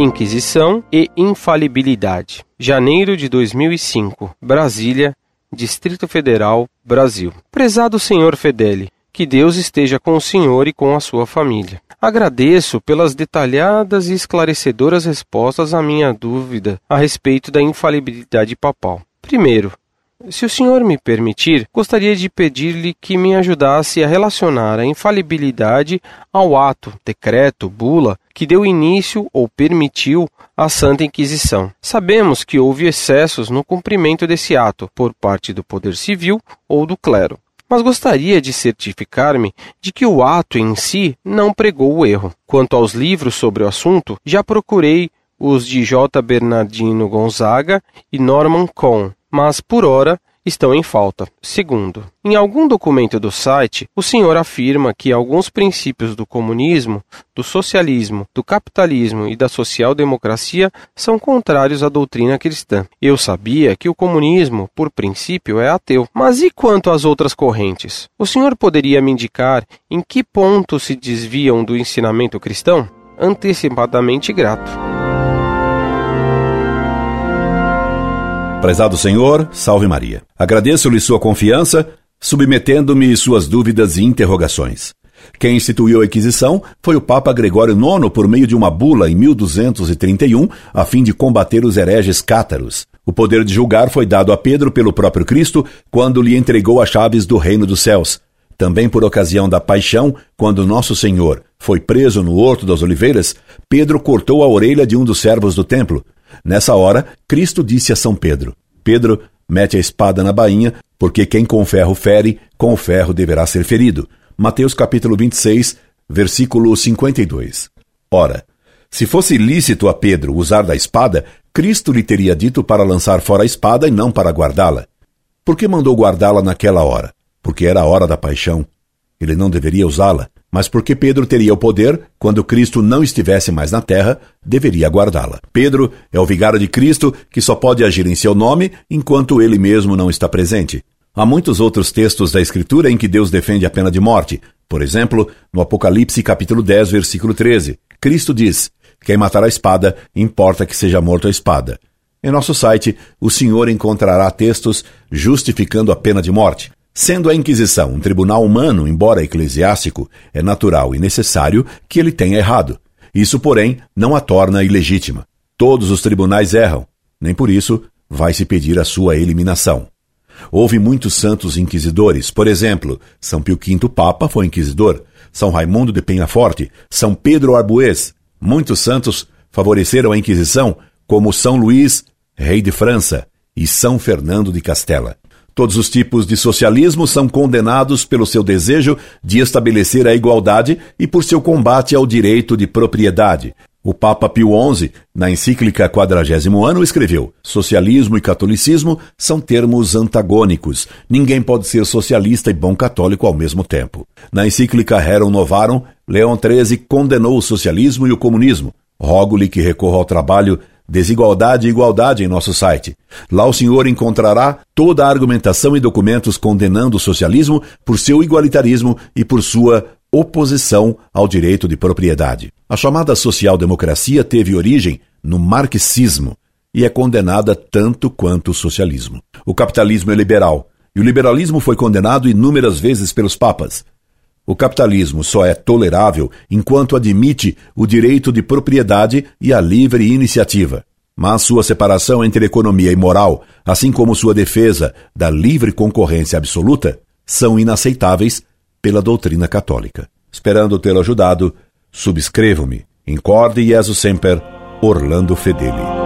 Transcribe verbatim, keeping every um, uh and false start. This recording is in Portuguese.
Inquisição e Infalibilidade. Janeiro de dois mil e cinco. Brasília, Distrito Federal, Brasil. Prezado senhor Fedeli, que Deus esteja com o senhor e com a sua família. Agradeço pelas detalhadas e esclarecedoras respostas à minha dúvida a respeito da infalibilidade papal. Primeiro, se o senhor me permitir, gostaria de pedir-lhe que me ajudasse a relacionar a infalibilidade ao ato, decreto, bula, que deu início ou permitiu a Santa Inquisição. Sabemos que houve excessos no cumprimento desse ato por parte do poder civil ou do clero, mas gostaria de certificar-me de que o ato em si não pregou o erro. Quanto aos livros sobre o assunto, já procurei os de J. Bernardino Gonzaga e Norman Cohn, mas, por ora, estão em falta. Segundo, em algum documento do site, o senhor afirma que alguns princípios do comunismo, do socialismo, do capitalismo e da social-democracia são contrários à doutrina cristã. Eu sabia que o comunismo, por princípio, é ateu. Mas e quanto às outras correntes? O senhor poderia me indicar em que ponto se desviam do ensinamento cristão? Antecipadamente grato. Prezado Senhor, salve Maria. Agradeço-lhe sua confiança, submetendo-me suas dúvidas e interrogações. Quem instituiu a Inquisição foi o Papa Gregório nono por meio de uma bula em mil duzentos e trinta e um, a fim de combater os hereges cátaros. O poder de julgar foi dado a Pedro pelo próprio Cristo, quando lhe entregou as chaves do reino dos céus. Também por ocasião da paixão, quando Nosso Senhor foi preso no Horto das Oliveiras, Pedro cortou a orelha de um dos servos do templo. Nessa hora, Cristo disse a São Pedro: Pedro, mete a espada na bainha, porque quem com ferro fere, com o ferro deverá ser ferido. Mateus capítulo vinte e seis, versículo cinquenta e dois. Ora, se fosse lícito a Pedro usar da espada, Cristo lhe teria dito para lançar fora a espada e não para guardá-la. Por que mandou guardá-la naquela hora? Porque era a hora da paixão. Ele não deveria usá-la, mas porque Pedro teria o poder, quando Cristo não estivesse mais na terra, deveria guardá-la. Pedro é o vigário de Cristo que só pode agir em seu nome enquanto ele mesmo não está presente. Há muitos outros textos da Escritura em que Deus defende a pena de morte. Por exemplo, no Apocalipse capítulo dez, versículo treze, Cristo diz: quem matar a espada, importa que seja morto a espada. Em nosso site, o senhor encontrará textos justificando a pena de morte. Sendo a Inquisição um tribunal humano, embora eclesiástico, é natural e necessário que ele tenha errado. Isso, porém, não a torna ilegítima. Todos os tribunais erram, nem por isso vai-se pedir a sua eliminação. Houve muitos santos inquisidores, por exemplo, São Pio quinto Papa foi inquisidor, São Raimundo de Penhaforte, São Pedro Arbues. Muitos santos favoreceram a Inquisição, como São Luís, rei de França, e São Fernando de Castela. Todos os tipos de socialismo são condenados pelo seu desejo de estabelecer a igualdade e por seu combate ao direito de propriedade. O Papa Pio onze, na encíclica Quadragésimo Ano, escreveu: socialismo e catolicismo são termos antagônicos. Ninguém pode ser socialista e bom católico ao mesmo tempo. Na encíclica Rerum Novarum, Leão treze condenou o socialismo e o comunismo. Rogo-lhe que recorra ao trabalho Desigualdade e Igualdade em nosso site. Lá o senhor encontrará toda a argumentação e documentos condenando o socialismo por seu igualitarismo e por sua oposição ao direito de propriedade. A chamada social-democracia teve origem no marxismo e é condenada tanto quanto o socialismo. O capitalismo é liberal e o liberalismo foi condenado inúmeras vezes pelos papas. O capitalismo só é tolerável enquanto admite o direito de propriedade e a livre iniciativa. Mas sua separação entre economia e moral, assim como sua defesa da livre concorrência absoluta, são inaceitáveis pela doutrina católica. Esperando tê-lo ajudado, subscrevo-me. Incorde Jesus Semper, Orlando Fedeli.